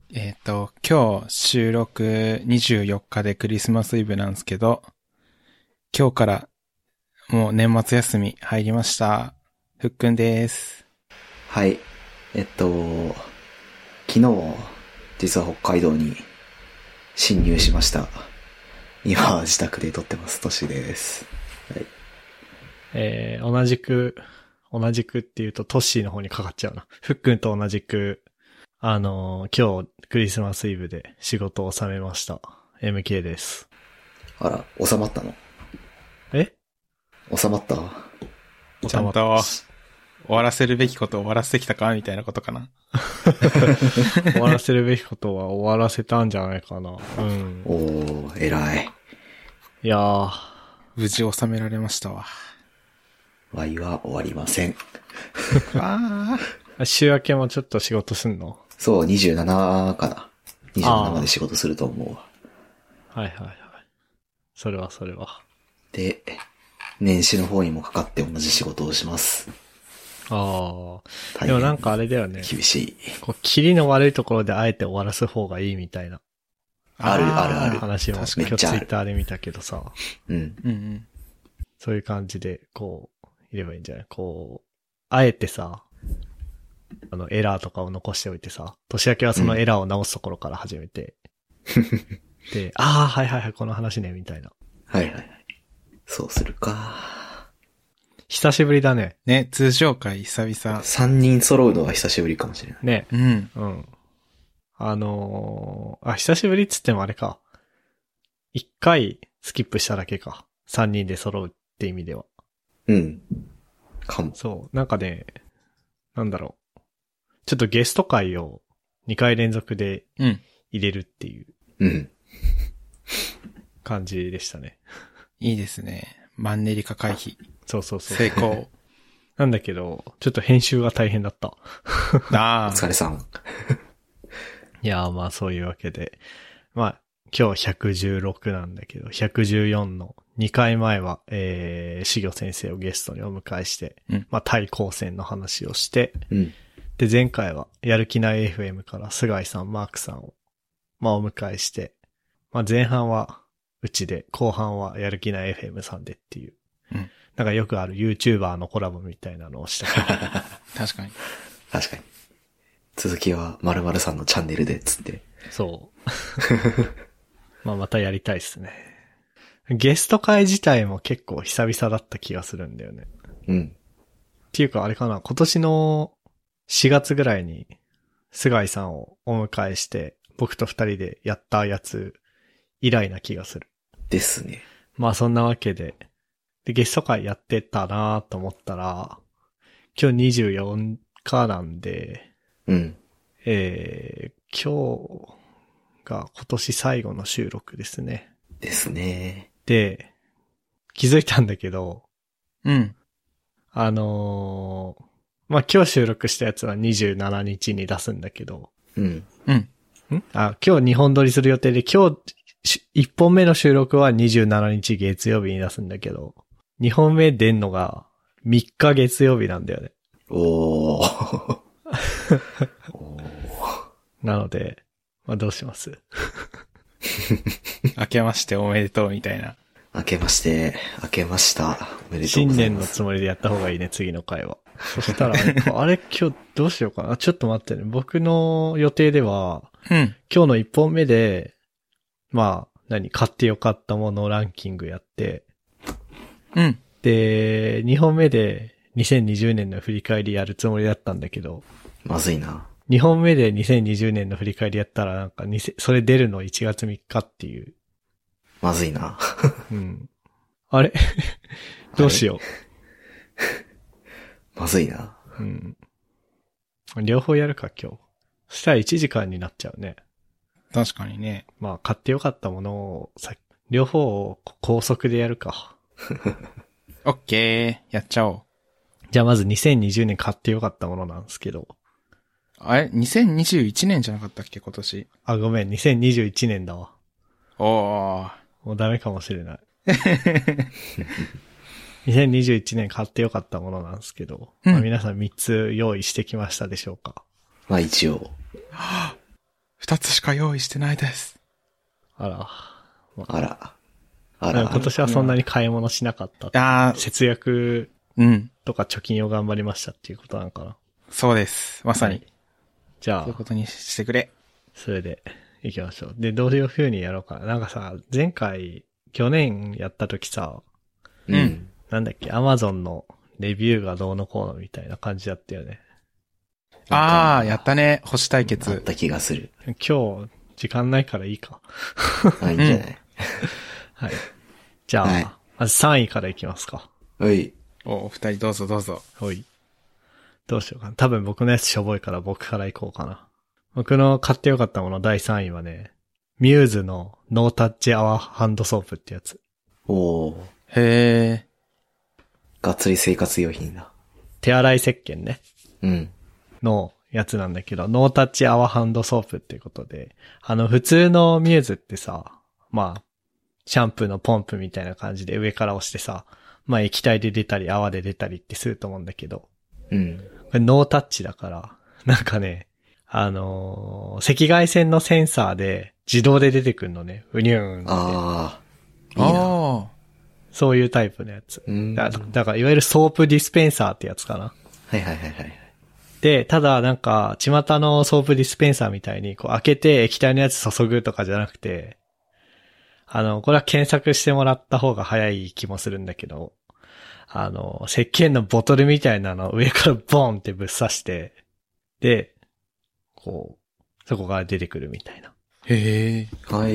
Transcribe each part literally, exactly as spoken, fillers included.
えっと、今日収録にじゅうよっかでクリスマスイブなんですけど、今日からもう年末休み入りました。ふっくんです。 はい。えっと、昨日、実は北海道に侵入しました。今は自宅で撮ってます。トシです。はい。 えー、同じく、同じくっていうとトッシーの方にかかっちゃうな。ふっくんと同じく、あのー、今日クリスマスイブで仕事を収めました。エムケー です。 あら、収まったの？ え？ 収まった？ ちゃんと終わらせるべきことを終わらせてきたかみたいなことかな。 終わらせるべきことは終わらせたんじゃないかな。うん。 おー、偉い。 いやー。 無事収められましたわ。 ワイは終わりません。 あー。週明けもちょっと仕事すんの？ そう、にじゅうななかな。にじゅうななまで仕事すると思うわ。 はいはいはい。それはそれは。 で、年始の方にもかかって同じ仕事をします。 ああ。でもなんかあれだよね。 厳しい。 こう、キリの悪いところであえて終わらす方がいいみたいな。 あるあるある。 話も今日ツイッターで見たけどさ。 うん。 うんうん。 そういう感じで、こう、いればいいんじゃない？こう、あえてさ、あの、エラーとかを残しておいてさ、年明けはそのエラーを直すところから始めて。うん、で、ああ、はいはいはい、この話ね、みたいな。 はいはいはい。そうするか。 久しぶりだね。 ね、通常会久々。 三人揃うのは久しぶりかもしれない。 ね。 うん。 うん。あのー、あ、久しぶりっつってもあれか。一回スキップしただけか。三人で揃うって意味では。 うん。かも。 そう。なんかね、なんだろう。ちょっとゲスト会をにかい連続で入れるっていう。 うん。 感じでしたね。 いいですね。マンネリ化回避。 そうそうそう。 成功。 なんだけど、ちょっと編集が大変だった。 ああ。お疲れさん。 いやーまあそういうわけで。まあ今日ひゃくじゅうろくなんだけど、ひゃくじゅうよんのにかいまえは、えー、しぎょ先生をゲストにお迎えして、 うん、 まあ対抗戦の話をして、 うん、 で前回はやる気ない エフエム から菅井さん、マークさんを、まあお迎えして、まあ前半はうちで、後半はやる気ない エフエム さんでっていう。 うん。 なんかよくある YouTuber のコラボみたいなのをしたけど。 確かに。 確かに。続きは〇〇さんのチャンネルで、つって。 そう。まあまたやりたいっすね。ゲスト会自体も結構久々だった気がするんだよね。 うん。 っていうかあれかな、今年のしがつぐらいに菅井さんをお迎えして、僕と二人でやったやつ以来な気がする。 ですね。 まあそんなわけで、でゲスト会やってたなと思ったら、今日にじゅうよっかなんで、 うん。 えー、今日が今年最後の収録ですね。 ですね。 で、気づいたんだけど、 うん。 あのー、まあ、今日収録したやつはにじゅうしちにちに出すんだけど、 うん。 うん。 んあ、今日にほん撮りする予定で、今日いっぽんめの収録はにじゅうしちにち月曜日に出すんだけど、にほんめ出んのがみっか月曜日なんだよね。 おー。おーなので、まあ、どうします？ 明けましておめでとうみたいな。 明けまして、明けました。おめでとうございます。 新年のつもりでやった方がいいね、次の回は。そしたら、あれ今日どうしようかな。ちょっと待ってね。僕の予定では、 うん。 今日のいっぽんめで、まあ、何、買ってよかったものランキングやって、 うん。 で、にほんめでにせんにじゅうねんの振り返りやるつもりだったんだけど、 まずいな。 にほんめでにせんにじゅうねんの振り返りやったらなんかにせ、それ出るのいちがつみっかっていう。 まずいな。 うん。あれどうしよう。まずいな。 うん。両方やるか今日。そしたらいちじかんになっちゃうね。 確かにね。 まあ買ってよかったものをさ、両方を高速でやるか。 オッケー。やっちゃおう。 じゃあまずにせんにじゅうねん買ってよかったものなんですけど。 あれ ?にせんにじゅういちねんじゃなかったっけ今年。 あ、ごめん、にせんにじゅういちねんだわ。 おー。 もうダメかもしれない。にせんにじゅういちねん買ってよかったものなんですけど、 うんまあ、皆さんみっつ用意してきましたでしょうか？ まあ一応。 二つしか用意してないです。 あら。 あら。あら。 今年はそんなに買い物しなかったって。 ああ。 節約うんとか貯金を頑張りましたっていうことなのかな。 そうです。まさに。はい、 じゃあ。 そういうことにしてくれ。 それで行きましょう。で、どういう風にやろうかな。なんかさ、前回、去年やった時さ、 うん。 なんだっけ、Amazon のレビューがどうのこうのみたいな感じだったよね。 ああ、やったね。星対決。 やった気がする。 今日、時間ないからいいか。 あ、いいんじゃない、うん、 はい。じゃあ、はい、まずさんいからいきますか。 はい。 お、お二人どうぞどうぞ。 はい。どうしようかな。多分僕のやつしょぼいから僕からいこうかな。僕の買ってよかったものだいさんいはね、ミューズのノータッチアワーハンドソープってやつ。 おー。 へー。 がっつり生活用品だ。 手洗い石鹸ね。 うん。 のやつなんだけど、ノータッチアワーハンドソープっていうことで、あの普通のミューズってさ、まあ、シャンプーのポンプみたいな感じで上から押してさ、まあ液体で出たり泡で出たりってすると思うんだけど、 うん。 これノータッチだから、なんかね、あのー、赤外線のセンサーで自動で出てくるのね。うにゅーんって。 ああ。いいな。 そういうタイプのやつ。 うんだ。だからいわゆるソープディスペンサーってやつかな。 はいはいはいはい。 で、ただなんか、巷のソープディスペンサーみたいに、こう開けて液体のやつ注ぐとかじゃなくて、あの、これは検索してもらった方が早い気もするんだけど、あの、石鹸のボトルみたいなのを上からボンってぶっ刺して、で、こう、そこから出てくるみたいな。 へー。 はい。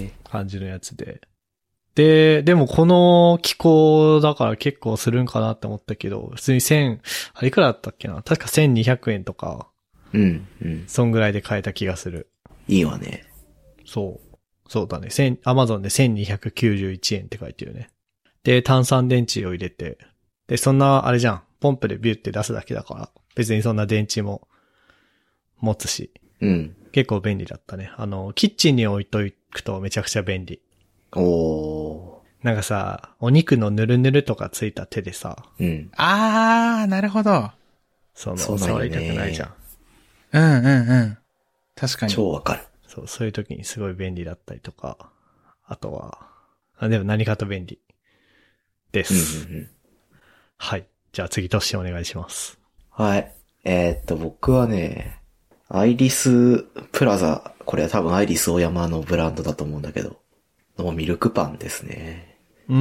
感じのやつで。で、でもこの気候だから結構するんかなって思ったけど、普通に千、あれいくらだったっけな？確かせんにひゃくえんとか。 うん、うん。 そんぐらいで買えた気がする。 いいわね。 そう。そうだね。千、アマゾンでせんにひゃくきゅうじゅういちえんって書いてるね。で、炭酸電池を入れて。で、そんな、あれじゃん。ポンプでビューって出すだけだから、別にそんな電池も持つし。 うん。 結構便利だったね。あの、キッチンに置いとくとめちゃくちゃ便利。 おー。 なんかさ、お肉のヌルヌルとかついた手でさ。 うん。 あー、なるほど。 その、 そう触りたくないじゃん。 うんうんうん。確かに。 超わかる。 そう、そういう時にすごい便利だったりとか。あとは、あ、でも何かと便利。です。 うんうんうん。 はい。じゃあ次としてお願いします。 はい。えー、っと、僕はね、アイリスプラザ、これは多分アイリスオーヤマのブランドだと思うんだけど、のミルクパンですね。 うん。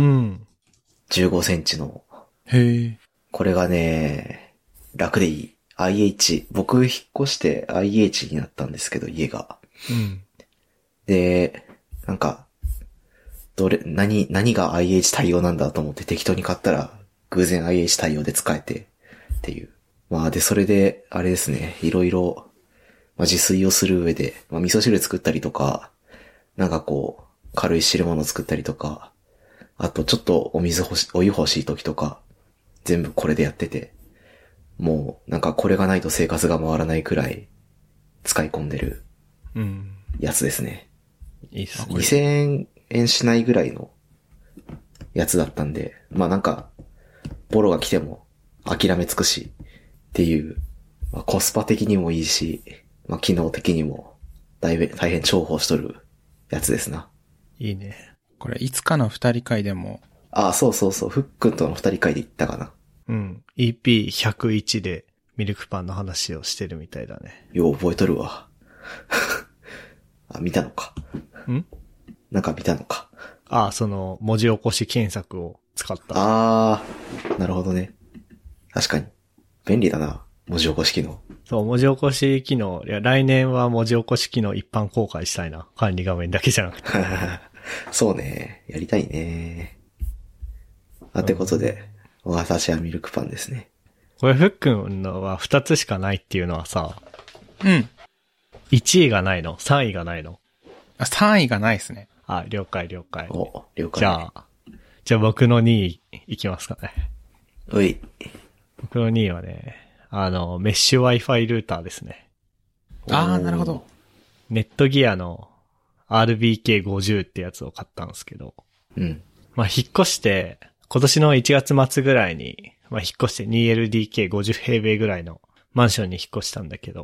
じゅうごセンチの。 へー。 これがね、楽でいい。アイエイチ。僕引っ越して アイエイチ になったんですけど、家が。 うん。 で、なんか、どれ、何、何が アイエイチ 対応なんだと思って適当に買ったら、偶然 アイエイチ 対応で使えて、っていう。まあで、それで、あれですね、いろいろ、まあ自炊をする上で、まあ味噌汁作ったりとか、なんかこう、軽い汁物作ったりとか、あとちょっとお水欲し、お湯欲しい時とか、全部これでやってて、もうなんかこれがないと生活が回らないくらい使い込んでるやつですね。 うん、いいっすね。 にせんえんしないぐらいのやつだったんで、まあなんか、ボロが来ても諦めつくしっていう、まあ、コスパ的にもいいし、まあ機能的にも大変、大変重宝しとるやつですな。 いいね。 これいつかの二人会でも。 ああ、そうそうそう。ふっくんとの二人会で行ったかな。 うん。イーピーひゃくいち でミルクパンの話をしてるみたいだね。 よう覚えとるわ。あ、見たのか。 んなんか見たのか。 ああ、その文字起こし検索を使った。 ああ、なるほどね。確かに。便利だな。文字起こし機能。 そう、文字起こし機能。いや、来年は文字起こし機能一般公開したいな。管理画面だけじゃなくて。 そうね。やりたいね。あ、ってことで、私はミルクパンですね。 これ、ふっくんのは二つしかないっていうのはさ、 うん。 いちいがないの？ さん 位がないの？ あ、さんいがないですね。 あ、了解了解。 お、了解。 じゃあ、じゃあ僕のにいいきますかね。 うい。 僕のにいはね、あの、メッシュ Wi-Fi ルーターですね。 ああ、なるほど。 ネットギアの アールビーケーごじゅう ってやつを買ったんですけど。 うん。 まあ、引っ越して、今年のいちがつ末ぐらいに、まあ、引っ越して にエルディーケーごじゅう 平米ぐらいのマンションに引っ越したんだけど、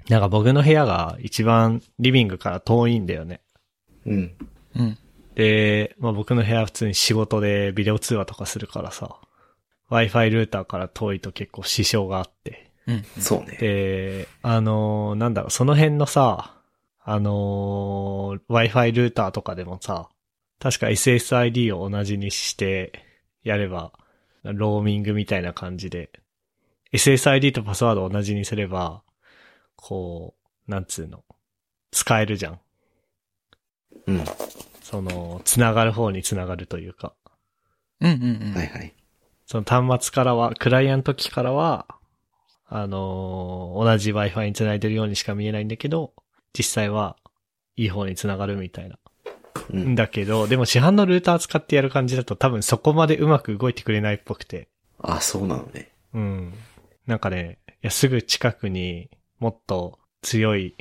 なんか僕の部屋が一番リビングから遠いんだよね。 うん。 うん。 で、まあ僕の部屋は普通に仕事でビデオ通話とかするからさ、Wi-Fi ルーターから遠いと結構支障があって。 うん。 そうね。 で、あのー、なんだろう、その辺のさ、あのー、Wi-Fi ルーターとかでもさ、確か エスエスアイディー を同じにしてやれば、ローミングみたいな感じで、エスエスアイディー とパスワードを同じにすれば、こう、なんつうの、使えるじゃん。 うん。 その、繋がる方に繋がるというか。 うんうんうん。 はいはい。 その端末からは、クライアント機からは、あのー、同じ Wi-Fi に繋いでるようにしか見えないんだけど、実際はいい方に繋がるみたいな。 うん。 だけど、でも市販のルーター使ってやる感じだと多分そこまでうまく動いてくれないっぽくて。 あ、そうなのね。 うん。なんかね、いやすぐ近くにもっと強い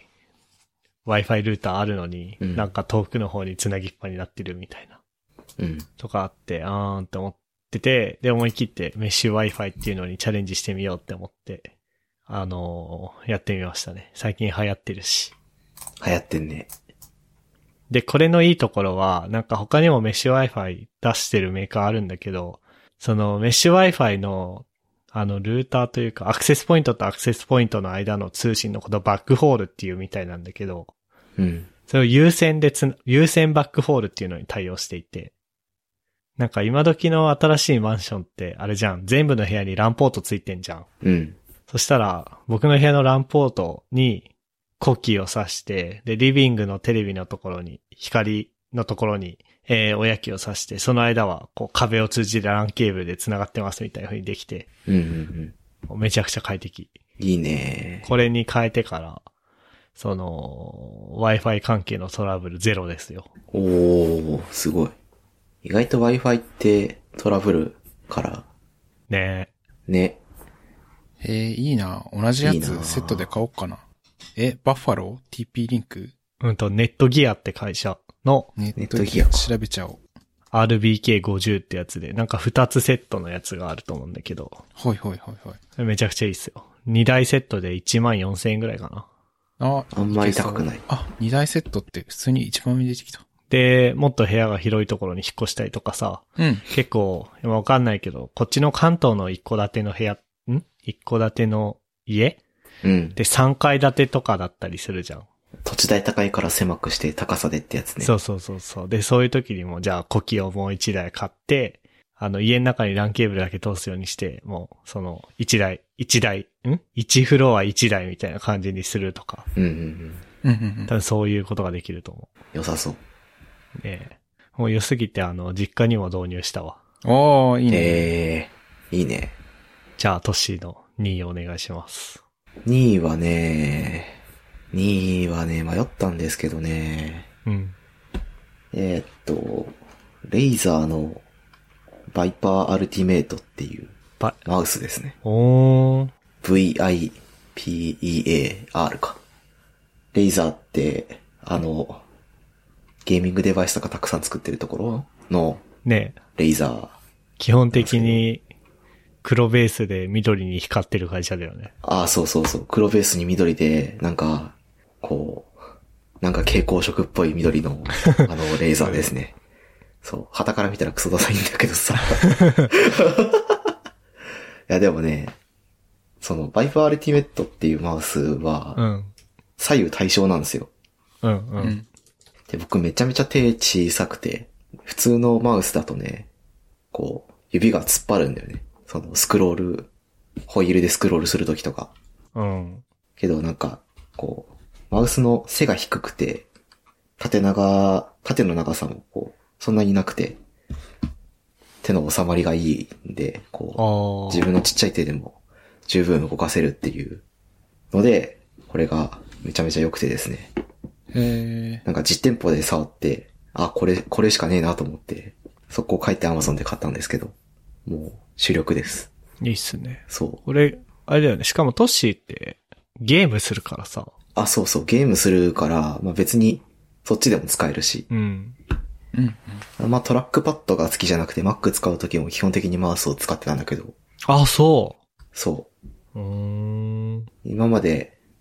Wi-Fi ルーターあるのに、 うん、 なんか遠くの方に繋ぎっぱになってるみたいな。 うん。 とかあって、あーんって思ってて、で思い切ってメッシュ Wi-Fi っていうのにチャレンジしてみようって思って、あのー、やってみましたね。最近流行ってるし。 流行ってんね。 で、これのいいところは、なんか他にもメッシュ Wi-Fi 出してるメーカーあるんだけど、そのメッシュ Wi-Fi の、あの、ルーターというか、アクセスポイントとアクセスポイントの間の通信のことをバックホールっていうみたいなんだけど、 うん。 それを有線でつな、有線バックホールっていうのに対応していて、なんか今時の新しいマンションってあれじゃん、全部の部屋にランポートついてんじゃん。 うん。 そしたら、僕の部屋のランポートにコキーを挿して、で、リビングのテレビのところに、光のところに、えー、おやきを挿して、その間は、こう、壁を通じてランケーブルで繋がってますみたいな風にできて、 うんうんうん。めちゃくちゃ快適。 いいね。 これに変えてから、その、Wi-Fi 関係のトラブルゼロですよ。 おー、すごい。意外と Wi-Fi ってトラブルから。 ねえ。ね。 えー、いいな。同じやついいなセットで買おうかな。え、バッファロー ティーピー リンクうんと、ネットギアって会社のネットギア調べちゃおう。 アールビーケーごじゅう ってやつで、なんかふたつセットのやつがあると思うんだけど。 はいはいはいはい。 めちゃくちゃいいっすよ。にだいセットでいちまんよんせんえんぐらいかな。 あ、 あんまり高くない。 あ、にだいセットって普通にいちばんめ出てきた。 で、もっと部屋が広いところに引っ越したりとかさ。 うん。 結構、わかんないけど、こっちの関東の一戸建ての部屋、ん一戸建ての家うん。 でさんかい建てとかだったりするじゃん。 土地代高いから狭くして高さでってやつね。 そうそうそうそう。で、そういう時にも、じゃあ、コキをもう一台買って、あの、家の中にランケーブルだけ通すようにして、もう、その、一台、一台、ん一フロア一台みたいな感じにするとか。 うんうんうん。 うんうんうん。 多分そういうことができると思良さそう。 う。ねえ。もう良すぎて、あの、実家にも導入したわ。 おー、いいね。 えー、いいね。 じゃあ、トッシーのにいお願いします。 にいはね、にいはね、迷ったんですけどね。 うん。 えー、っと、レイザーのバイパーアルティメイトっていうマウスですね。 おー。 ブイアイピーイーエーアール か。レイザーって、あの、ゲーミングデバイスとかたくさん作ってるところの、 ねえ。 レイザー。 基本的に黒ベースで緑に光ってる会社だよね。 ああ、そうそうそう。黒ベースに緑で、なんか、こう、なんか蛍光色っぽい緑の、あの、レーザーですね。そう。旗から見たらクソダサいんだけどさ。いや、でもね、その、バイパーアルティメットっていうマウスは、 うん。 左右対称なんですよ。 うんうん。うん、 で、僕めちゃめちゃ手小さくて、普通のマウスだとね、こう、指が突っ張るんだよね。その、スクロール、ホイールでスクロールするときとか。 うん。 けどなんか、こう、マウスの背が低くて、縦長、縦の長さもこう、そんなになくて、手の収まりがいいんで、こう、自分のちっちゃい手でも十分動かせるっていうので、これがめちゃめちゃ良くてですね。 へー。 なんか実店舗で触って、あ、これ、これしかねえなと思って、そこを書いて Amazon で買ったんですけど、もう主力です。 いいっすね。 そう。 これ、あれだよね。しかもトッシーってゲームするからさ。 あ、そうそう、ゲームするから、まあ別にそっちでも使えるし。 うん。 うんうん。 まあトラックパッドが好きじゃなくて Mac 使うときも基本的にマウスを使ってたんだけど。 あ、そそう。 う。うーん。 今まで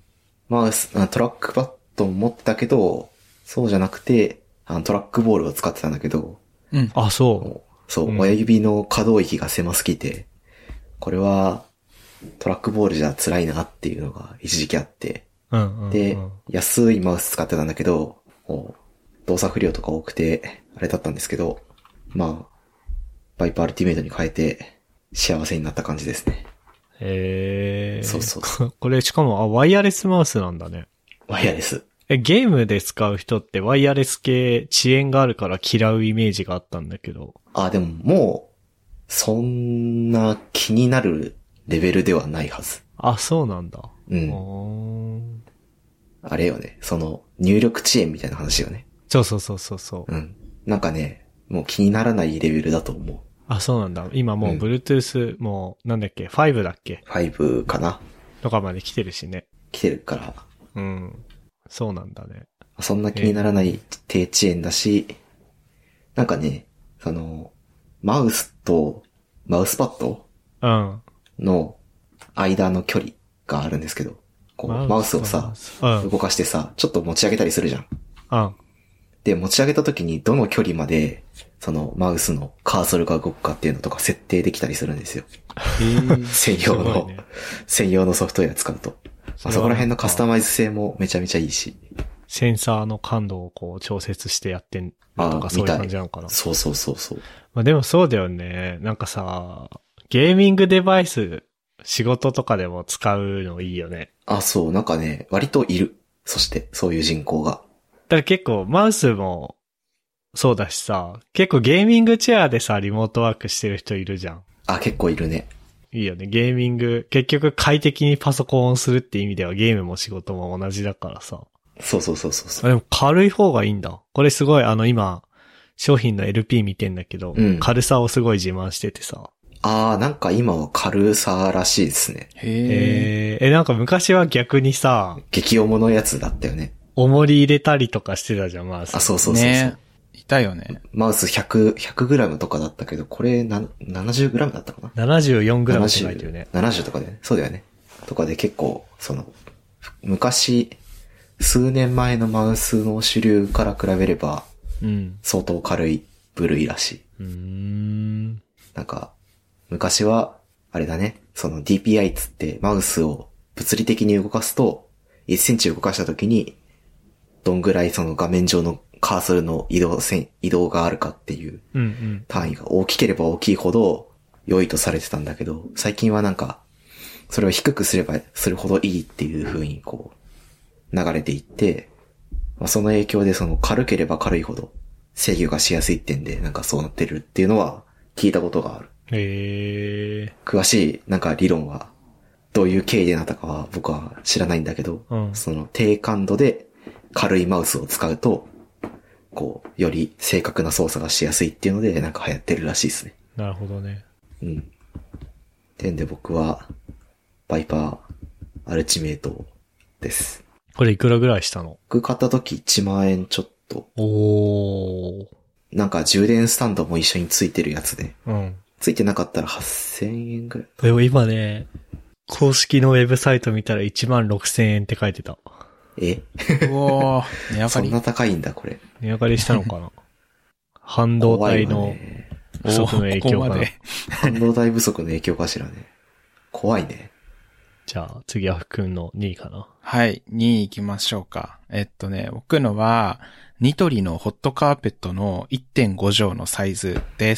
マウス、あトラックパッドを持ったけど、そうじゃなくて、あのトラックボールを使ってたんだけど、 うん。 あ、そそう、 うん親指の可動域が狭すぎて、これはトラックボールじゃ辛いなっていうのが一時期あって、 う。うんうん、うん。 で、安いマウス使ってたんだけど、こう動作不良とか多くて、あれだったんですけど、まあ、バイパーアルティメイトに変えて幸せになった感じですね。 へー。 そうそうそこれしかも、あ、ワイヤレスマウスなんだね。 ワイヤレス。 え、ゲームで使う人ってワイヤレス系遅延があるから嫌うイメージがあったんだけど。 あ、でももう、そんな気になるレベルではないはず。 あ、そうなんだ。 うん。あれよね、その、入力遅延みたいな話よね。 そうそうそうそうそう。 うん。なんかね、もう気にならないレベルだと思う。 あ、そうなんだ。今もう Bluetooth もう、なんだっけ、ファイブだっけファイブかなとかまで来てるしね。 来てるから。 うん。そうなんだね。 そんな気にならない低遅延だし、なんかね、その、マウスとマウスパッドうん。 の間の距離があるんですけど、こう、マウスをさ、 うん。 動かしてさ、ちょっと持ち上げたりするじゃん。 うん。 で、持ち上げた時にどの距離まで、そのマウスのカーソルが動くかっていうのとか設定できたりするんですよ。専用の、ね、専用のソフトウェア使うと。そ, そこら辺のカスタマイズ性もめちゃめちゃいいし。 センサーの感度をこう調節してやってんのとかそういう感じなのかな。 そうそうそうそう。 まあでもそうだよね。なんかさ、ゲーミングデバイス、仕事とかでも使うのいいよね。 あ、そう、なんかね、割といる。そして、そういう人口が。 だから結構マウスもそうだしさ、結構ゲーミングチェアでさ、リモートワークしてる人いるじゃん。 あ、結構いるね。 いいよね。ゲーミング、結局快適にパソコンをするって意味ではゲームも仕事も同じだからさ。 そうそうそうそうあ、でも軽い方がいいんだ。これすごいあの今、商品の エルピー 見てんだけど、うん、軽さをすごい自慢しててさ。 あー、なんか今は軽さらしいですね。 へー。え、なんか昔は逆にさ、 激重のやつだったよね。 重り入れたりとかしてたじゃん、マウス。 あ、そうそうそうそう。 ね、いたよね。 マウスひゃく、ひゃくグラムとかだったけど、これな、ななじゅうグラムだったかな ? ななじゅうよんグラムって書いてるね。 ななじゅうとかでね。そうだよね。とかで結構、その、昔、数年前のマウスの主流から比べれば、うん、相当軽い部類らしい。 うーん。 なんか、昔は、あれだね、その ディーピーアイ つってマウスを物理的に動かすと、いちセンチ動かした時に、どんぐらいその画面上のカーソルの移動線、移動があるかっていう単位が大きければ大きいほど良いとされてたんだけど、最近はなんか、それを低くすればするほどいいっていう風にこう、流れていって、まあ、その影響でその軽ければ軽いほど制御がしやすいってんで、なんかそうなってるっていうのは聞いたことがある。 へー。 詳しいなんか理論はどういう経緯でなったかは僕は知らないんだけど、うん、その低感度で軽いマウスを使うと、こう、より正確な操作がしやすいっていうので、なんか流行ってるらしいですね。 なるほどね。 うん。てんで僕は、バイパーアルティメイトです。 これいくらぐらいしたの？ 僕買った時いちまんえんちょっと。 おー。 なんか充電スタンドも一緒についてるやつで。 うん。 ついてなかったらはっせんえんぐらい。 でも今ね、公式のウェブサイト見たらいちまんろくせんえんって書いてた。 えうわー、値上がり。 そんな高いんだ、これ。 値上がりしたのかな半導体の不足の影響かな。ここ半導体不足の影響かしらね。怖いね。 じゃあ次はふくんのにいかな。 はい、にい行きましょうか。えっとね、僕のは、ニトリのホットカーペットの いってんご 畳のサイズです。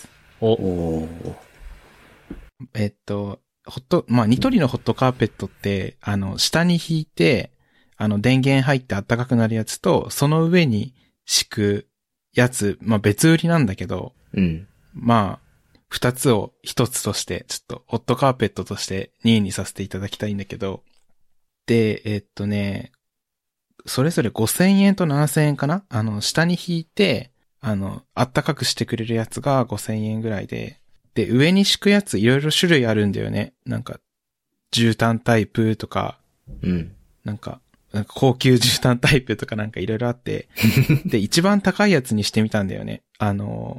おおえっと、ホット、まあ、ニトリのホットカーペットって、あの、下に引いて、あの、電源入って暖かくなるやつと、その上に敷くやつ、まあ、別売りなんだけど、 うん。 まあ、二つを一つとして、ちょっと、ホットカーペットとしてにいにさせていただきたいんだけど、で、えっとね、それぞれごせんえんとななせんえんかな？あの、下に引いて、あの、暖かくしてくれるやつがごせんえんぐらいで、で、上に敷くやついろいろ種類あるんだよね。なんか、絨毯タイプとか、 うん。 なんか、なんか高級絨毯タイプとかなんかいろいろあって、で、一番高いやつにしてみたんだよね。あの、 うん、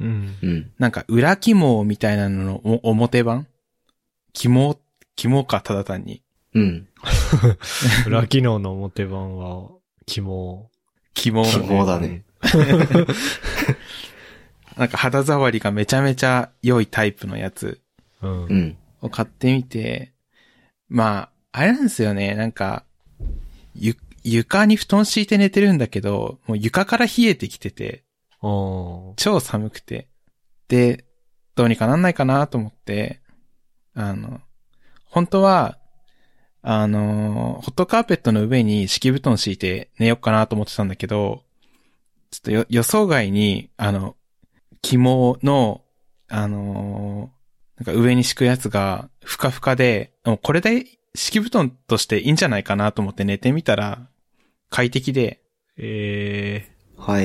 なんか裏起毛みたいなのの表版？起毛、起毛か、ただ単に。 うん。 裏機能の表版は、肝。 肝。 肝だね。 なんか肌触りがめちゃめちゃ良いタイプのやつうん。 うん。 を買ってみて、まあ、あれなんですよね。なんか、ゆ、床に布団敷いて寝てるんだけど、もう床から冷えてきてて、 おー。 超寒くて。で、どうにかなんないかなと思って、あの、本当は、あの、ホットカーペットの上に敷布団敷いて寝よっかなと思ってたんだけど、ちょっとよ予想外に、あの、肝の、あのー、なんか上に敷くやつがふかふかで、もうこれで敷布団としていいんじゃないかなと思って寝てみたら、快適で、 えはい。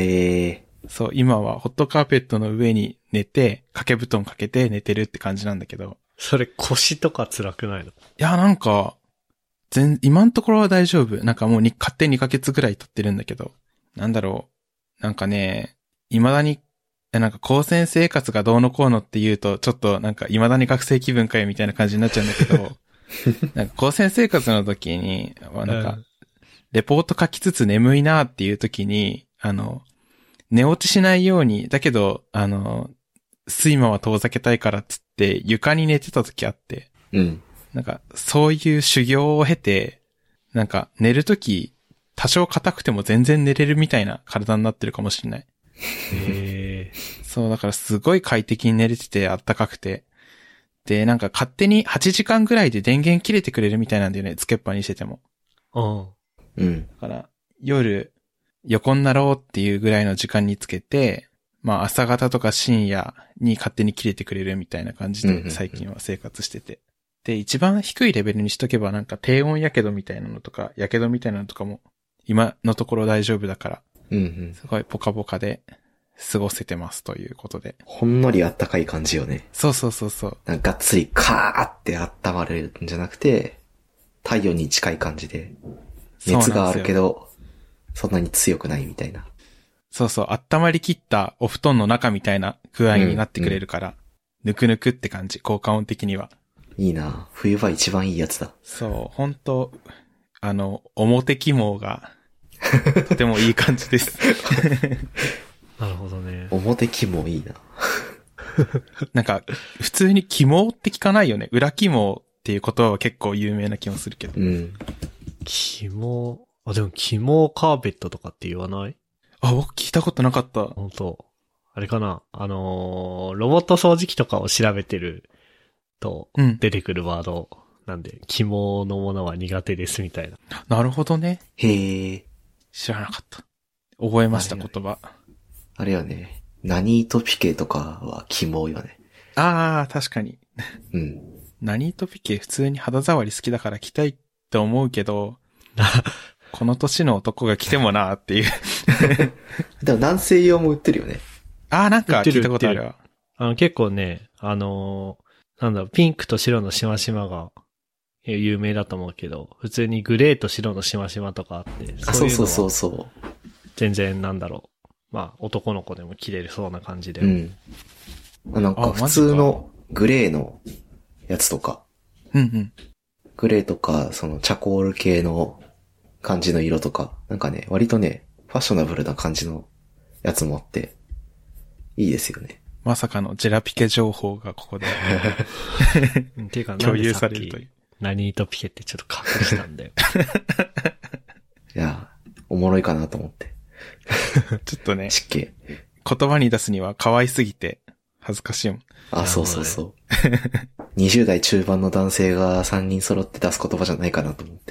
そう、今はホットカーペットの上に寝て、掛け布団かけて寝てるって感じなんだけど。 ー、それ腰とか辛くないの？ いや、なんか、全、今のところは大丈夫。なんかもうに、勝手ににかげつぐらい経ってるんだけど。なんだろう。なんかね、未だに、なんか高専生活がどうのこうのって言うと、ちょっとなんか未だに学生気分かよみたいな感じになっちゃうんだけど、なんか高専生活の時に、なんか、レポート書きつつ眠いなっていう時に、あの、寝落ちしないように、だけど、あの、睡魔は遠ざけたいからっつって床に寝てた時あって、 うん。 なんか、そういう修行を経て、なんか、寝るとき、多少硬くても全然寝れるみたいな体になってるかもしれない。 えー、 そう、だからすごい快適に寝れてて、あったかくて。で、なんか勝手にはちじかんぐらいで電源切れてくれるみたいなんだよね、つけっぱにしてても。 うん。 うん。 だから、夜、横になろうっていうぐらいの時間につけて、まあ朝方とか深夜に勝手に切れてくれるみたいな感じで最近は生活してて。で、一番低いレベルにしとけばなんか低温やけどみたいなのとか、やけどみたいなのとかも今のところ大丈夫だから、 うんうん。 すごいポカポカで過ごせてますということで。 ほんのりあったかい感じよね。 そうそうそうそう。 なんかがっつりカーって温まるんじゃなくて、太陽に近い感じで、熱があるけど、そんなに強くないみたいな。 そうそう、温まりきったお布団の中みたいな具合になってくれるから、うんうん、ぬくぬくって感じ、効果音的には。 いいな。冬場一番いいやつだ。 そう、ほんと、あの、表肝が、とてもいい感じです。 なるほどね。 表肝いいな。 なんか、普通に肝って聞かないよね。裏肝っていう言葉は結構有名な気もするけど。 うん。 肝、あ、でも肝カーペットとかって言わない？ あ、僕聞いたことなかった。 本当。あれかな、あのー、ロボット掃除機とかを調べてると出てくるワードなんで、うん、肝のものは苦手ですみたいな。 なるほどね。 へえ。 知らなかった。覚えました言葉。 あれよね。何ートピケとかは肝よね。 ああ、確かに。 うん。 何ートピケ普通に肌触り好きだから着たいって思うけど、この年の男が着てもなーっていう。 でも男性用も売ってるよね。 ああ、なんか聞いたことあるわ。 あの結構ね、あのー、なんだろう、ピンクと白のしましまが有名だと思うけど、普通にグレーと白のしましまとかあって、 あ、そうそうそうそう。 全然なんだろう。まあ、男の子でも着れるそうな感じで。 うん。なんか普通のグレーのやつとか。 うんうん。 グレーとか、そのチャコール系の感じの色とか。なんかね、割とね、ファッショナブルな感じのやつもあって、いいですよね。 まさかのジェラピケ情報がここでっていうか共有されるという。 何ートピケってちょっと隠したんだよ。 いや、おもろいかなと思って。 ちょっとね、 湿気。 言葉に出すには可愛すぎて恥ずかしいもん。 あ、そうそうそう。にじゅう代中盤の男性がさんにん揃って出す言葉じゃないかなと思って。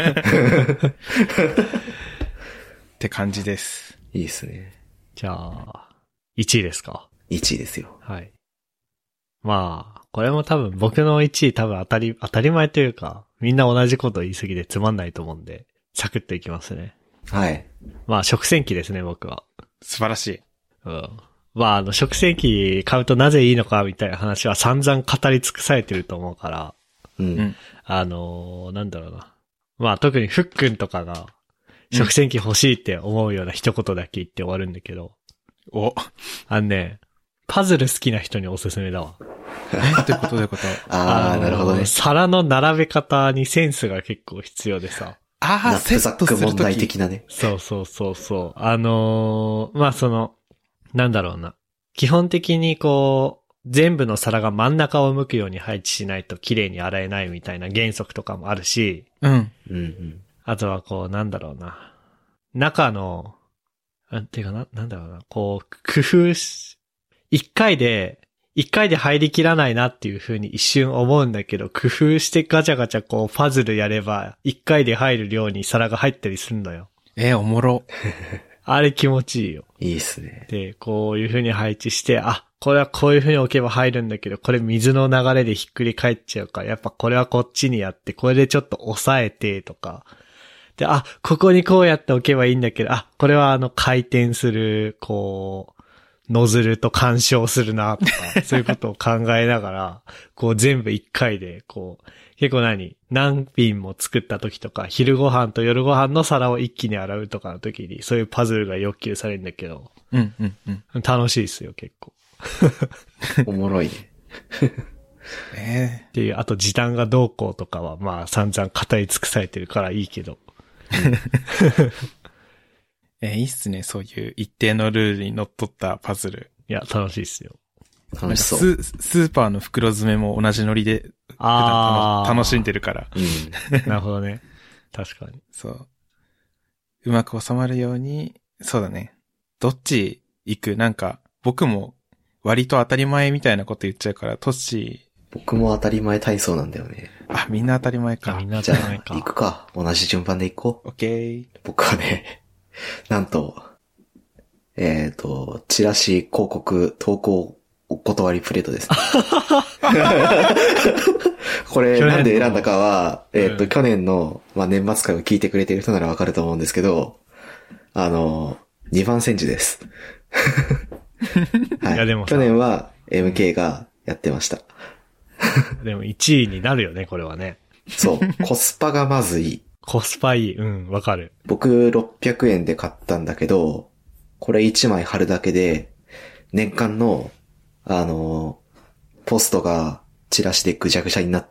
って感じです。 いいですね。 じゃあ、いちいですか？ いち いですよ。 はい。まあ、これも多分僕のいちい多分当たり、当たり前というか、みんな同じこと言い過ぎてつまんないと思うんで、サクッといきますね。 はい。 まあ、食洗機ですね、僕は。 素晴らしい。 うん。まあ、あの、食洗機買うとなぜいいのかみたいな話は散々語り尽くされてると思うから、 うん。 あのー、なんだろうな。まあ、特にふっくんとかが、食洗機欲しいって思うような一言だけ言って終わるんだけど。 お。 あのね、 パズル好きな人におすすめだわ。 えってことどういうこと？ ああ、なるほどね。 皿の並べ方にセンスが結構必要でさ。 ああ、 ナップザック問題的なね。 そうそうそうそう。あのー、まあ、その、なんだろうな。基本的にこう、全部の皿が真ん中を向くように配置しないと綺麗に洗えないみたいな原則とかもあるし、 うん。 うんうん。 あとはこう、なんだろうな。中の、なんていうかな、なんだろうな。こう、工夫し、一回で、一回で入りきらないなっていう風に一瞬思うんだけど、工夫してガチャガチャこう、パズルやれば、一回で入る量に皿が入ったりするのよ。 えー、おもろ。 あれ気持ちいいよ。 いいっすね。 で、こういう風に配置して、あ、これはこういう風に置けば入るんだけど、これ水の流れでひっくり返っちゃうから、やっぱこれはこっちにやって、これでちょっと押さえてとか。で、あ、ここにこうやって置けばいいんだけど、あ、これはあの回転する、こう、ノズルと干渉するなとか、そういうことを考えながら、こう全部一回で、こう、結構何何品も作った時とか、昼ご飯と夜ご飯の皿を一気に洗うとかの時に、そういうパズルが要求されるんだけど、 うんうんうん。 楽しいですよ、結構。 おもろいね。 えっていう、あと時短がどうこうとかは、まあ散々語り尽くされてるからいいけど。 ー、えー、いいっすね。そういう一定のルールにのっとったパズル。 いや、楽しいっすよ。 楽しそう。 ススーパーの袋詰めも同じノリで、普あ段楽しんでるから。 うん。 なるほどね。確かに。 そう。うまく収まるように、そうだね。どっち行く？なんか、僕も割と当たり前みたいなこと言っちゃうから、トッシ僕も当たり前体操なんだよね。 ー、あ、みんな当たり前か。 みんなじゃあ、 じゃないか。 行くか。同じ順番で行こう。 オッケー。 僕はね、なんと、えっと、チラシ、広告、投稿、お断りプレートですね。これ、なんで選んだかは、えっと、 うん去年の、まあ、年末会を聞いてくれてる人ならわかると思うんですけど、あの、にばん煎じです。はい。 いやでもさ去年は エムケー がやってました。 でもいちいになるよね、これはね。 そう。コスパがまずいい。 コスパいい。うん、わかる。 僕ろっぴゃくえんで買ったんだけど、これいちまい貼るだけで、年間の、あの、ポストがチラシでぐちゃぐちゃになって、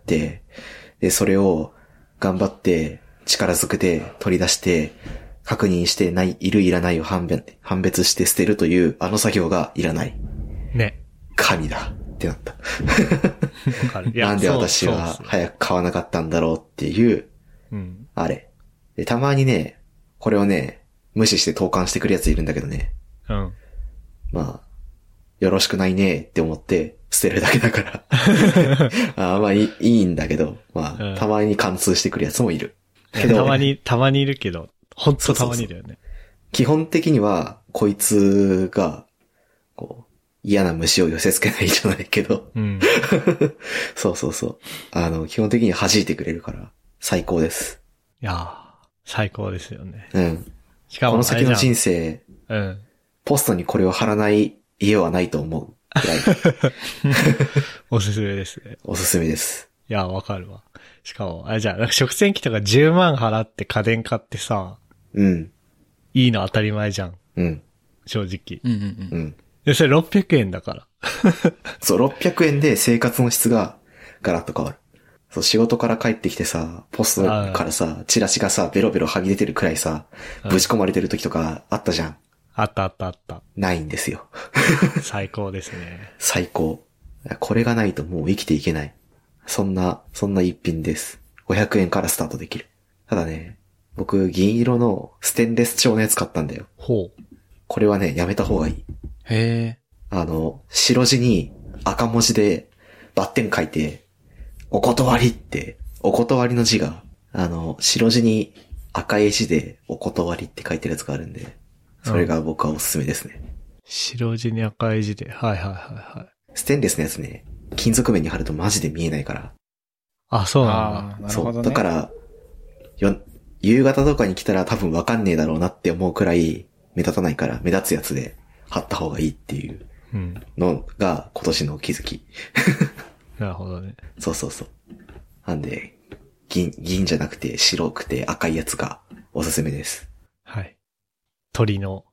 で、それを頑張って力ずくで取り出して、確認してない、いるいらないを判別、判別して捨てるというあの作業がいらない。 ね。 神だってなった。 わかる。いやなんで私はそうそうそう早く買わなかったんだろうっていう、 うん。 あれ。で、たまにね、これをね、無視して投函してくるやついるんだけどね。 うん。 まあ、よろしくないねって思って捨てるだけだから。あまあいい、いいんだけど、まあ、 うんたまに貫通してくるやつもいる。けど、 たまに、たまにいるけど、ほんとたまにだよね。 基本的には、こいつが、こう、嫌な虫を寄せ付けないじゃないけど。 うん。 そうそうそう。あの、基本的に弾いてくれるから、最高です。 いやー、最高ですよね。 うん。 しかも、 この先の人生。 生、 うん。 ポストにこれを貼らない家はないと思うくらい、 おすすめですね。 おすすめです。 いや、わかるわ。しかも、あれじゃん、なんか食洗機とかじゅうまん払って家電買ってさ、 うん。 いいの当たり前じゃん。 うん。 正直。 うんうんうん。 うん。 で、それろっぴゃくえんだから。 そう、ろっぴゃくえんで生活の質がガラッと変わる。そう、仕事から帰ってきてさ、ポストからさ、チラシがさ、ベロベロ剥ぎ出てるくらいさ、ぶち込まれてる時とかあったじゃん。 あったあったあった。 ないんですよ。 最高ですね。 最高。これがないともう生きていけない。そんな、そんな一品です。ごひゃくえんからスタートできる。ただね、僕、銀色のステンレス調のやつ買ったんだよ。 ほう。 これはね、やめた方がいい。 へあの、白地に赤文字でバッテン書いて、お断りって、お断りの字が、あの、白地に赤い字でお断りって書いてるやつがあるんで、それが僕はおすすめですね。 白地に赤い字で。はいはいはいはい。 ステンレスのやつね、金属面に貼るとマジで見えないから。 あ、そうー。 なんああ、なるそう。 ほどね。 だから、よ、夕方とかに来たら多分わかんねえだろうなって思うくらい目立たないから目立つやつで貼った方がいいっていうだ。うん。 のが今年の気づき。 なるほどね。 そうそうそう。なんで、銀、銀じゃなくて白くて赤いやつがおすすめです。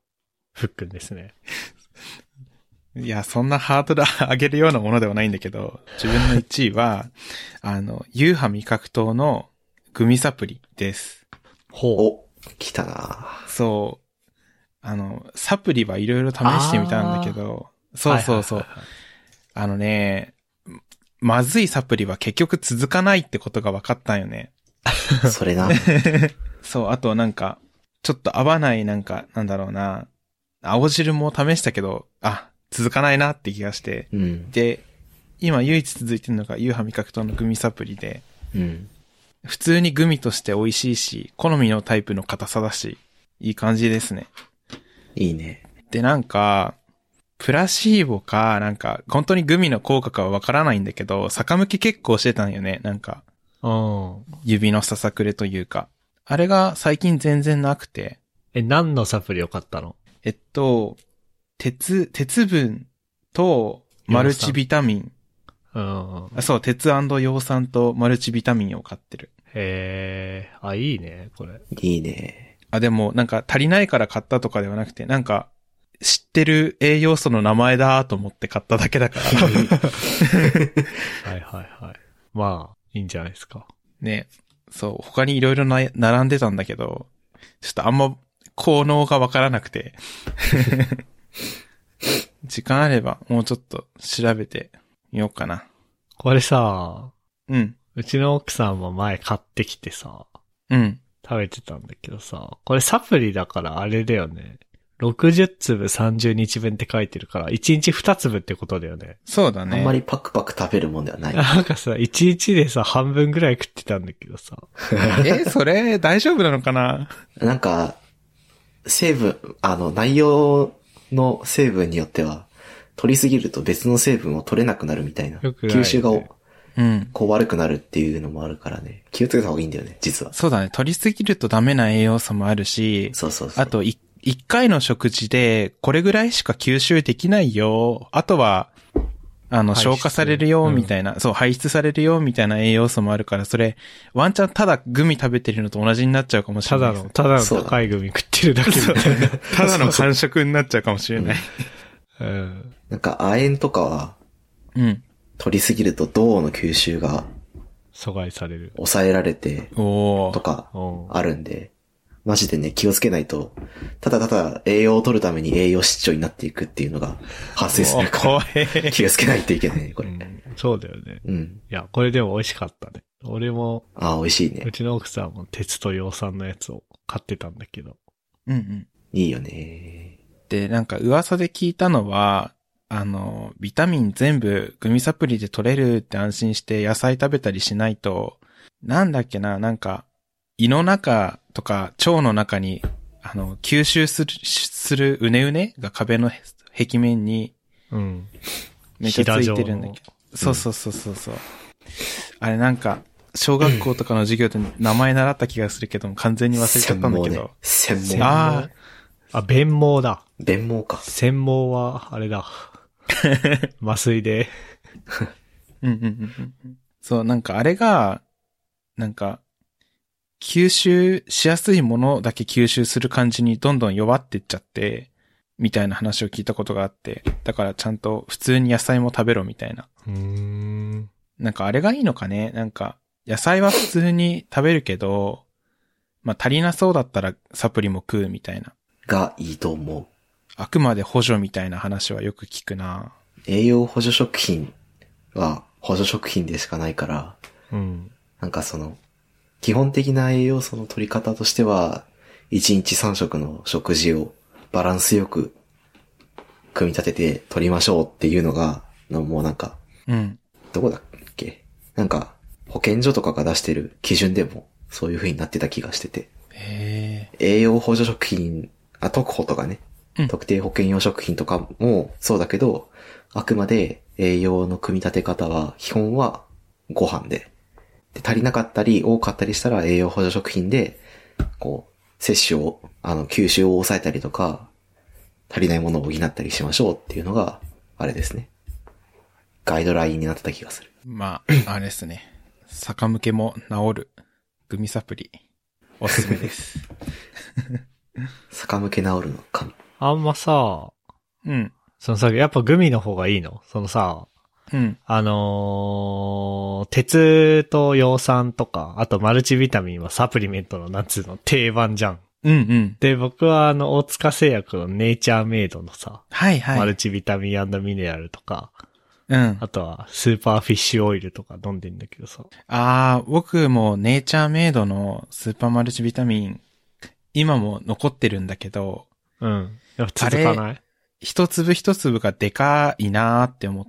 はい。鳥のフックンですね。 いや、そんなハードル上げるようなものではないんだけど、自分のいちいは、あの、ユーハ味覚糖のグミサプリです。 ほう。 お、来たな。 そう。あの、サプリはいろいろ試してみたんだけど、そうそうそう。 はいはいはいはい、 あのね、まずいサプリは結局続かないってことが分かったんよね。 それな。 そう、あとなんか、ちょっと合わないなんか、なんだろうな、青汁も試したけど、あ、続かないなって気がして。 うん。 で、今唯一続いてるのがユーハ味覚糖のグミサプリで、 うん。 普通にグミとして美味しいし、好みのタイプの硬さだし、いい感じですね。 いいね。 で、なんか、プラシーボか、なんか、本当にグミの効果かはわからないんだけど、逆向き結構してたんよね、なんか。 うん。 指のささくれというか。あれが最近全然なくて。 え、何のサプリを買ったの？ えっと、鉄、鉄分とマルチビタミン。 うん。 あ、そう、鉄&葉酸とマルチビタミンを買ってる。 へー。あ、いいね、これ。 いいね。 あ、でも、なんか足りないから買ったとかではなくて、なんか、知ってる栄養素の名前だと思って買っただけだから。 はいはいはい。まあ、いいんじゃないですか。 ね。そう、他にいろいろな、並んでたんだけど、ちょっとあんま効能がわからなくて。時間あればもうちょっと調べてみようかな。 これさ、 うん。 うちの奥さんも前買ってきてさ、 うん。 食べてたんだけどさ、これサプリだからあれだよね。ろくじゅうつぶさんじゅうにちぶんって書いてるから、いちにちにつぶってことだよね。 そうだね。 あんまりパクパク食べるもんではない。 なんかさ、いちにちでさ、半分ぐらい食ってたんだけどさ。 え、それ大丈夫なのかな？ なんか、成分、あの、内容の成分によっては、取りすぎると別の成分を取れなくなるみたいな。 よくないよね吸収が、 うん。 こう悪くなるっていうのもあるからね。気をつけた方がいいんだよね、実は。 そうだね。取りすぎるとダメな栄養素もあるし、 そうそうそう。 あとい一回の食事でこれぐらいしか吸収できないよ。あとは、あの、 排出消化されるよ、みたいな、うん、そう、排出されるよ、みたいな栄養素もあるから、それ、ワンチャンただグミ食べてるのと同じになっちゃうかもしれない。 ただの、ただの高いグミ食ってるだけみたいな。 ただの感触になっちゃうかもしれない。 うん、 なんか、亜鉛とかは、 うん。 取りすぎると銅の吸収が、 阻害される。 抑えられて、 おー。 とか、あるんで、マジでね、気をつけないと、ただただ栄養を取るために栄養失調になっていくっていうのが発生するから、気をつけないといけないね、これ、うん。 そうだよね。 うん。 いや、これでも美味しかったね。俺も、 ああ、美味しいね。 うちの奥さんも鉄と葉酸のやつを買ってたんだけど。 うんうん。 いいよね。 で、なんか噂で聞いたのは、あの、ビタミン全部グミサプリで取れるって安心して野菜食べたりしないと、なんだっけな、なんか、胃の中とか腸の中に、あの、吸収する、するうねうねが壁の壁面に、 うん。 めっちゃついてるんだけど。そうそうそうそうそう。うん、あれなんか、小学校とかの授業で名前習った気がするけども、完全に忘れちゃったんだけど。 専門ね。専門。ああ。あ、弁毛だ。 弁毛か。 専毛は、あれだ。麻酔で。 うんうんうんうん。そう、なんかあれが、なんか、吸収しやすいものだけ吸収する感じにどんどん弱っていっちゃって、みたいな話を聞いたことがあって、だからちゃんと普通に野菜も食べろみたいな。 うーん。 なんかあれがいいのかね？なんか、野菜は普通に食べるけど、まあ足りなそうだったらサプリも食うみたいな。 がいいと思う。 あくまで補助みたいな話はよく聞くな。 栄養補助食品は補助食品でしかないから、 うん。 なんかその、基本的な栄養素の取り方としては、いちにちさん食の食事をバランスよく組み立てて取りましょうっていうのが、もうなんか、 うん。 どこだっけ？なんか、保健所とかが出してる基準でもそういう風になってた気がしてて。 へー。 栄養補助食品、あ、特保とかね、うん、特定保健用食品とかもそうだけど、あくまで栄養の組み立て方は基本はご飯で。で足りなかったり多かったりしたら栄養補助食品で、こう、摂取を、あの、吸収を抑えたりとか、足りないものを補ったりしましょうっていうのが、あれですね。ガイドラインになってた気がする。 まあ、あれですね。逆向けも治る。グミサプリ。おすすめです。 逆向け治るのか。 あんまさ、 うん。 そのさ、やっぱグミの方がいいの？そのさ、 うん。 あのー、鉄と葉酸とか、あとマルチビタミンはサプリメントのなんつうの定番じゃん。 うんうん。 で、僕はあの、大塚製薬のネイチャーメイドのさ、 はいはい。 マルチビタミン&ミネラルとか、 うん。 あとはスーパーフィッシュオイルとか飲んでんだけどさ。 ああ、僕もネイチャーメイドのスーパーマルチビタミン、今も残ってるんだけど、 うん。やっぱ続かない？ 一粒一粒がでかいなーって思って、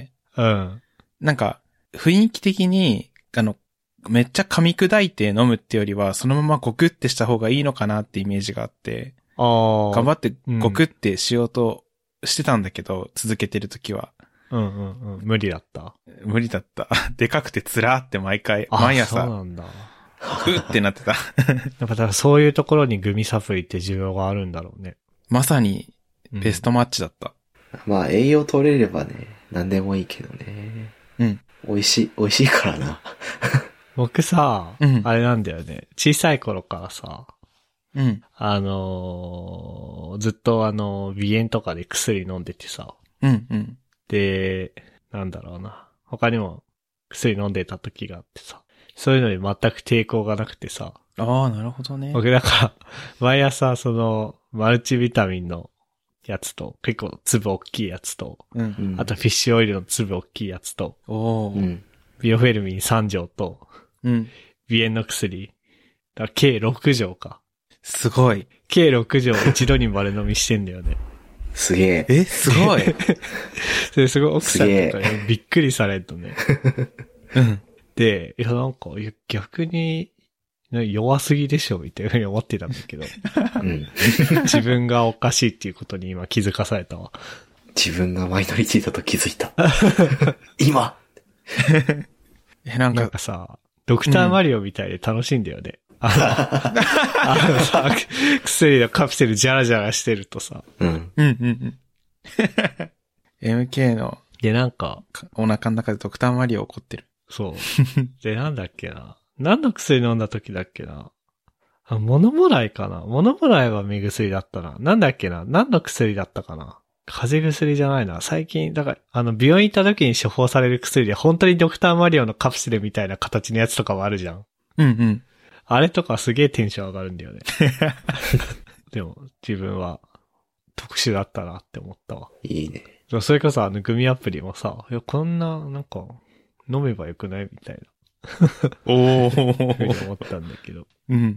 うん。 なんか、雰囲気的に、あの、めっちゃ噛み砕いて飲むってよりは、そのままゴクってした方がいいのかなってイメージがあって、 ああ。 頑張ってゴクってしようとしてたんだけど、うん、続けてるときは。 うんうんうん。無理だった。 無理だった。でかくてつらーって毎回、毎朝。 そうなんだ。 うってなってた。 やっぱだからそういうところにグミサプリって需要があるんだろうね。 まさに、ベストマッチだった。 うん、まあ、栄養取れればね、何でもいいけどね。 うん。 美味しい、美味しいからな。 僕さ、うん、あれなんだよね。小さい頃からさ、 うん。 あのー、ずっとあの、鼻炎とかで薬飲んでてさ。 うんうん。 で、なんだろうな。他にも薬飲んでた時があってさ。そういうのに全く抵抗がなくてさ。 ああ、なるほどね。 僕だから、毎朝その、マルチビタミンのやつと、結構粒大きいやつと、 うん、 あとフィッシュオイルの粒大きいやつと、 おー、うん、 ビオフェルミンさん錠と、 うん、 鼻炎の薬。だから計ろく錠か。 すごい。 計ろく錠一度に丸飲みしてんだよね。 すげえ。 え、すごい。 それすごい奥さんとかびっくりされるとね。 うん。 で、いやなんか逆に弱すぎでしょみたいなふうに思ってたんだけど。 うん、 自分がおかしいっていうことに今気づかされたわ。 自分がマイノリティだと気づいた。今え、なんか、 なんかさ、ドクターマリオみたいで楽しいんだよね。うん、あの、あのさ、薬のカプセルジャラジャラしてるとさ。 うん。 うんうんうん。エムケー の、 で、なんか、 お腹の中でドクターマリオ起こってる。 そう。で、なんだっけな。何の薬飲んだ時だっけな。あ、モノモライかな。モノモライは目薬だったな。なんだっけな。何の薬だったかな。風邪薬じゃないな。最近、だから、あの、病院行った時に処方される薬で、本当にドクターマリオのカプセルみたいな形のやつとかもあるじゃん。 うんうん。 あれとかすげえテンション上がるんだよね。でも、自分は特殊だったなって思ったわ。 いいね。 それこそあのグミアプリもさ、いや、こんな、なんか、飲めばよくないみたいな。 おー。 ふうに思ったんだけど。 うんうんうん。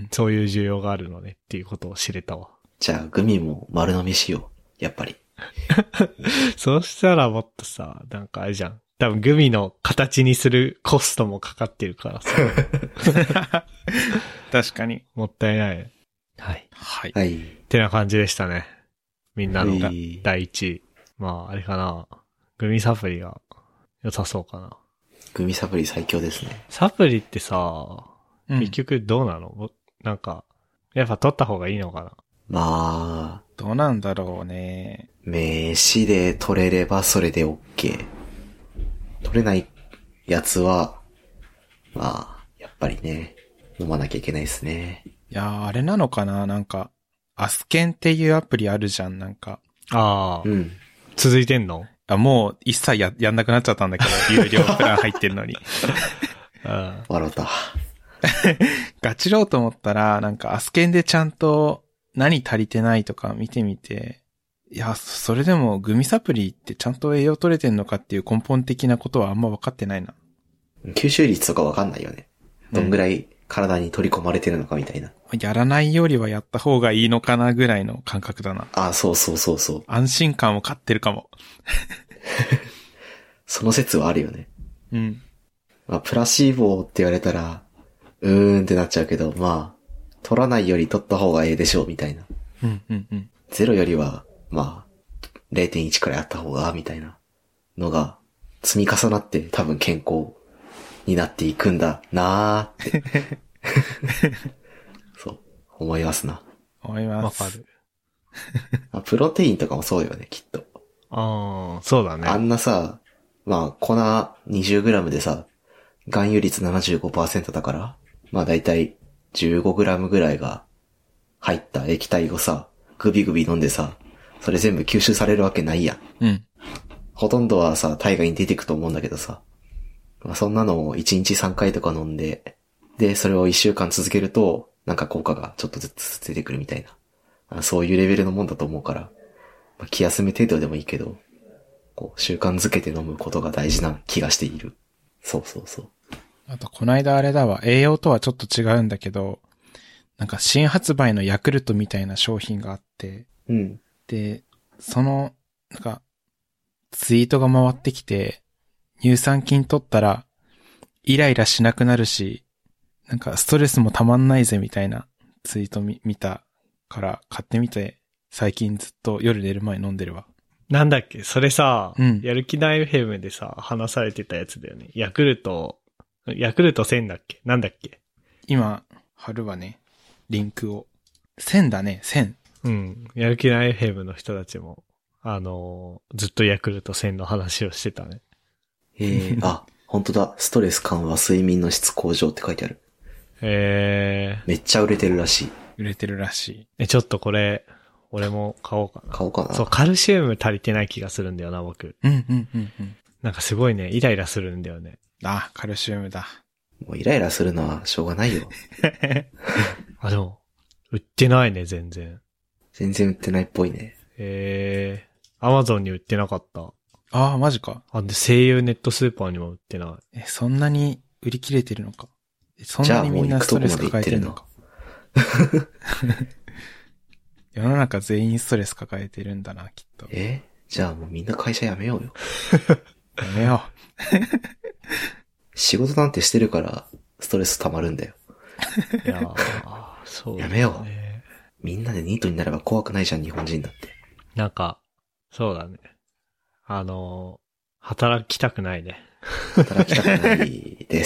そういう需要があるのねっていうことを知れたわ。 じゃあ、グミも丸飲みしよう。やっぱり。 そうしたらもっとさ、なんかあれじゃん。多分グミの形にするコストもかかってるからさ。 確かに。 もったいない。 はい。はい。 はい。 ってな感じでしたね。みんなのだいいちい。まあ、あれかな。グミサプリが良さそうかな。 グミサプリ最強ですね。 サプリってさ、 うん、 結局どうなの？なんか、やっぱ取った方がいいのかな？ まあ、 どうなんだろうね。 飯で取れればそれで OK。取れないやつは、まあ、やっぱりね、飲まなきゃいけないですね。 いやー、あれなのかな、なんか、アスケンっていうアプリあるじゃん、なんか。 ああ。 うん。 続いてんの？ あ、もう一切や、やんなくなっちゃったんだけど、有料プラン入ってんのに。 うん。 笑った。 ガチろうと思ったら、なんかアスケンでちゃんと何足りてないとか見てみて、いや、それでもグミサプリってちゃんと栄養取れてんのかっていう根本的なことはあんま分かってないな。 吸収率とか分かんないよね。どんぐらい体に取り込まれてるのかみたいな。 うん、やらないよりはやった方がいいのかなぐらいの感覚だな。 あ、そうそうそうそう。 安心感を買ってるかも。 その説はあるよね。 うん。 まあ、プラシーボって言われたら、うーんってなっちゃうけど、まあ、取らないより取った方がええでしょうみたいな。 うんうんうん。 ゼロよりは、まあ、れいてんいち くらいあった方が、みたいなのが、積み重なって多分健康になっていくんだなーって。そう、思いますな。 思います。 わかる。 あ、プロテインとかもそうよね、きっと。 ああ、そうだね。 あんなさ、まあ、粉 にじゅうグラム でさ、含有率 ななじゅうごパーセント だから、まあだいたい じゅうごグラム ぐらいが入った液体をさ、グビグビ飲んでさ、 それ全部吸収されるわけないやん。 うん。 ほとんどはさ、体外に出てくと思うんだけどさ。まあ、そんなのをいちにちさんかいとか飲んで、で、それをいっしゅうかん続けると、なんか効果がちょっとずつ出てくるみたいな。そういうレベルのもんだと思うから、まあ、気休め程度でもいいけど、こう、習慣づけて飲むことが大事な気がしている。そうそうそう。 あと、この間あれだわ、栄養とはちょっと違うんだけど、なんか新発売のヤクルトみたいな商品があって、 うん。 で、その、なんか、ツイートが回ってきて、乳酸菌取ったら、イライラしなくなるし、なんかストレスもたまんないぜみたいなツイート見見たから買ってみて、最近ずっと夜寝る前飲んでるわ。 なんだっけそれさ、 うん、 やる気ない エフエム でさ、話されてたやつだよね。ヤクルト、ヤクルトせんだっけなんだっけ今、貼るわね。リンクを。せんだね、せん。 うん。やる気ない エフエム の人たちも、あのー、ずっとヤクルトせんの話をしてたね。 えー、あ、本当だ。ストレス緩和、睡眠の質向上って書いてある。 えー。 めっちゃ売れてるらしい。 売れてるらしい。 え、ちょっとこれ、俺も買おうかな。 買おうかな。 そう、カルシウム足りてない気がするんだよな、僕。 うんうんうんうん。 なんかすごいね、イライラするんだよね。 あ、カルシウムだ。 もうイライラするのはしょうがないよ。 あ、でも、売ってないね、全然。 全然売ってないっぽいね。 えー、アマゾンに売ってなかった。 ああ、マジか。 あ、で、声優ネットスーパーにも売ってない。 え、そんなに売り切れてるのか。そんなにみんなストレス抱えてるのか。世の中全員ストレス抱えてるんだな、きっと。 えじゃあもうみんな会社辞めようよ。 やめよう。仕事なんてしてるからストレス溜まるんだよ。 いやー、そうだね。 やめよう。みんなでニートになれば怖くないじゃん、日本人だって。 なんか、そうだね。あのー、働きたくないね。 働きたくないです。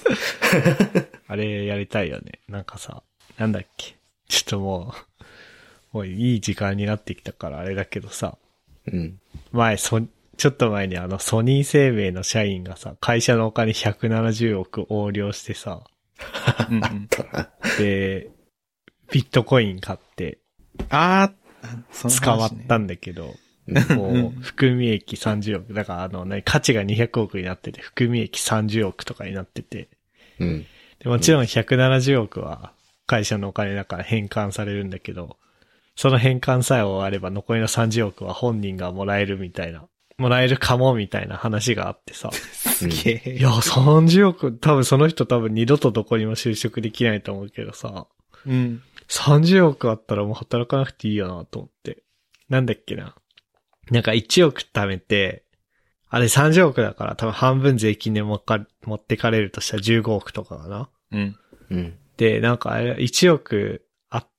あれやりたいよね。なんかさ、なんだっけ。ちょっともう、もういい時間になってきたからあれだけどさ。 うん。 前、そ、ちょっと前にあのソニー生命の社員がさ、会社のお金ひゃくななじゅうおく横領してさ。 うんうん、 で、ビットコイン買って、 あー、 捕まったんだけど、もう、含み益さんじゅうおく。だからあのね、価値がにひゃくおくになってて、含み益さんじゅうおくとかになってて。 うん。 でもちろんひゃくななじゅうおくは会社のお金だから返還されるんだけど、その返還さえ終われば残りのさんじゅうおくは本人がもらえるみたいな、もらえるかもみたいな話があってさ。 すげえ。 いや、さんじゅうおく、多分その人多分二度とどこにも就職できないと思うけどさ。 うん。 さんじゅうおくあったらもう働かなくていいよなと思って。なんだっけな。なんかいちおく貯めて、あれさんじゅうおくだから多分半分税金でもか持ってかれるとしたらじゅうごおくとかかな。 うん。 うん。 で、なんかあれいちおくあって、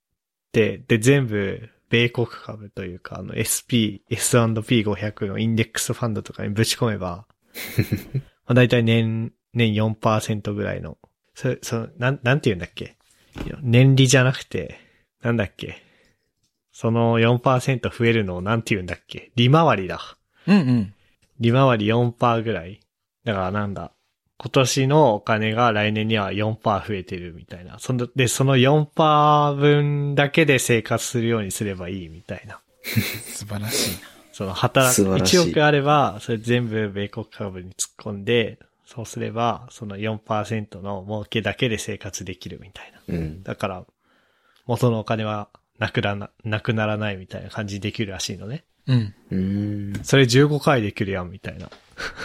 で全部米国株というかあの エスピー、エスアンドピーごひゃく のインデックスファンドとかにぶち込めば、まあだいたい年、年 よんパーセント ぐらいの、そ、そ、なん、なんて言うんだっけ？年利じゃなくて、なんだっけ？その よんパーセント 増えるのをなんて言うんだっけ？利回りだ。 うんうん。 利回り よんパーセント ぐらい。だからなんだ。今年のお金が来年には よんパーセント 増えてるみたいな。その、で、その よんパーセント 分だけで生活するようにすればいいみたいな。 素晴らしいな。 その働く、 いいちおくあれば、それ全部米国株に突っ込んで、そうすれば、その よんパーセント の儲けだけで生活できるみたいな。 うん。 だから、元のお金はなくならな、なくならないみたいな感じできるらしいのね。 うん。 うーん。 それじゅうごかいできるやんみたいな。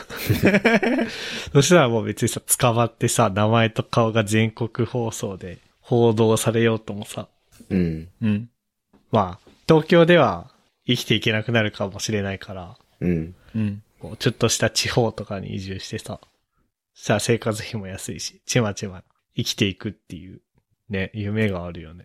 そしたらもう別にさ、捕まってさ、名前と顔が全国放送で報道されようともさ。 うん。 うん。 まあ、東京では生きていけなくなるかもしれないから。 うん。 うん。 こうちょっとした地方とかに移住してさ。さあ生活費も安いし、ちまちま生きていくっていう、ね、夢があるよね。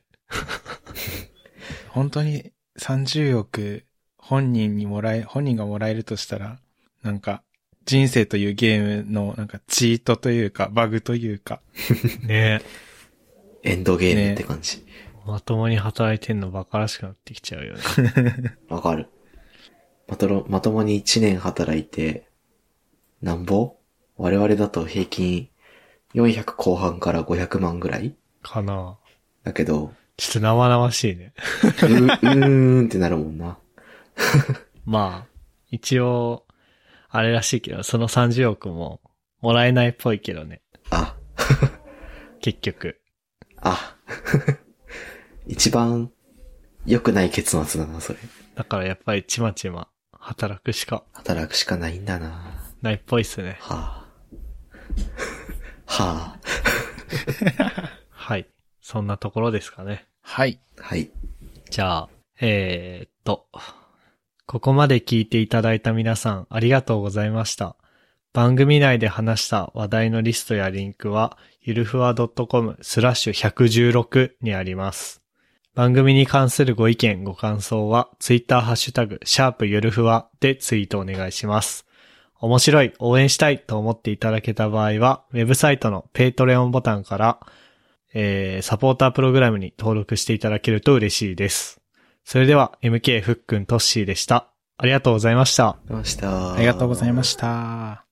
本当にさんじゅうおく本人にもらえ、本人がもらえるとしたら、なんか人生というゲームのなんかチートというかバグというか。 ねエンドゲームって感じ。ね、 まともに働いてんのバカらしくなってきちゃうよね。 わかる。まとろ、まともにいちねん働いて、なんぼ我々だと平均よんひゃくこう半からごひゃくまんぐらいかな。 だけど、 ちょっと生々しいね。 う、うーんってなるもんな。 まあ、一応、あれらしいけど、そのさんじゅうおくももらえないっぽいけどね。 あ。 結局。 あ。一番良くない結末だな、それ。 だからやっぱりちまちま働くしか働くしかないんだな。 ないっぽいっすね。 はあ。はあ。 はい。そんなところですかね。 はい。 はい。 じゃあ、えーっと、ここまで聞いていただいた皆さんありがとうございました。番組内で話した話題のリストやリンクは、ゆるふわ .com スラッシュひゃくじゅうろくにあります。番組に関するご意見、ご感想は、ツイッターハッシュタグ、シャープゆるふわでツイートお願いします。面白い、応援したいと思っていただけた場合は、ウェブサイトのペイトレオンボタンから、えー、サポータープログラムに登録していただけると嬉しいです。それでは、エムケー ふっくんとっしーでした。ありがとうございました。 ありがとうございました。 ありがとうございました。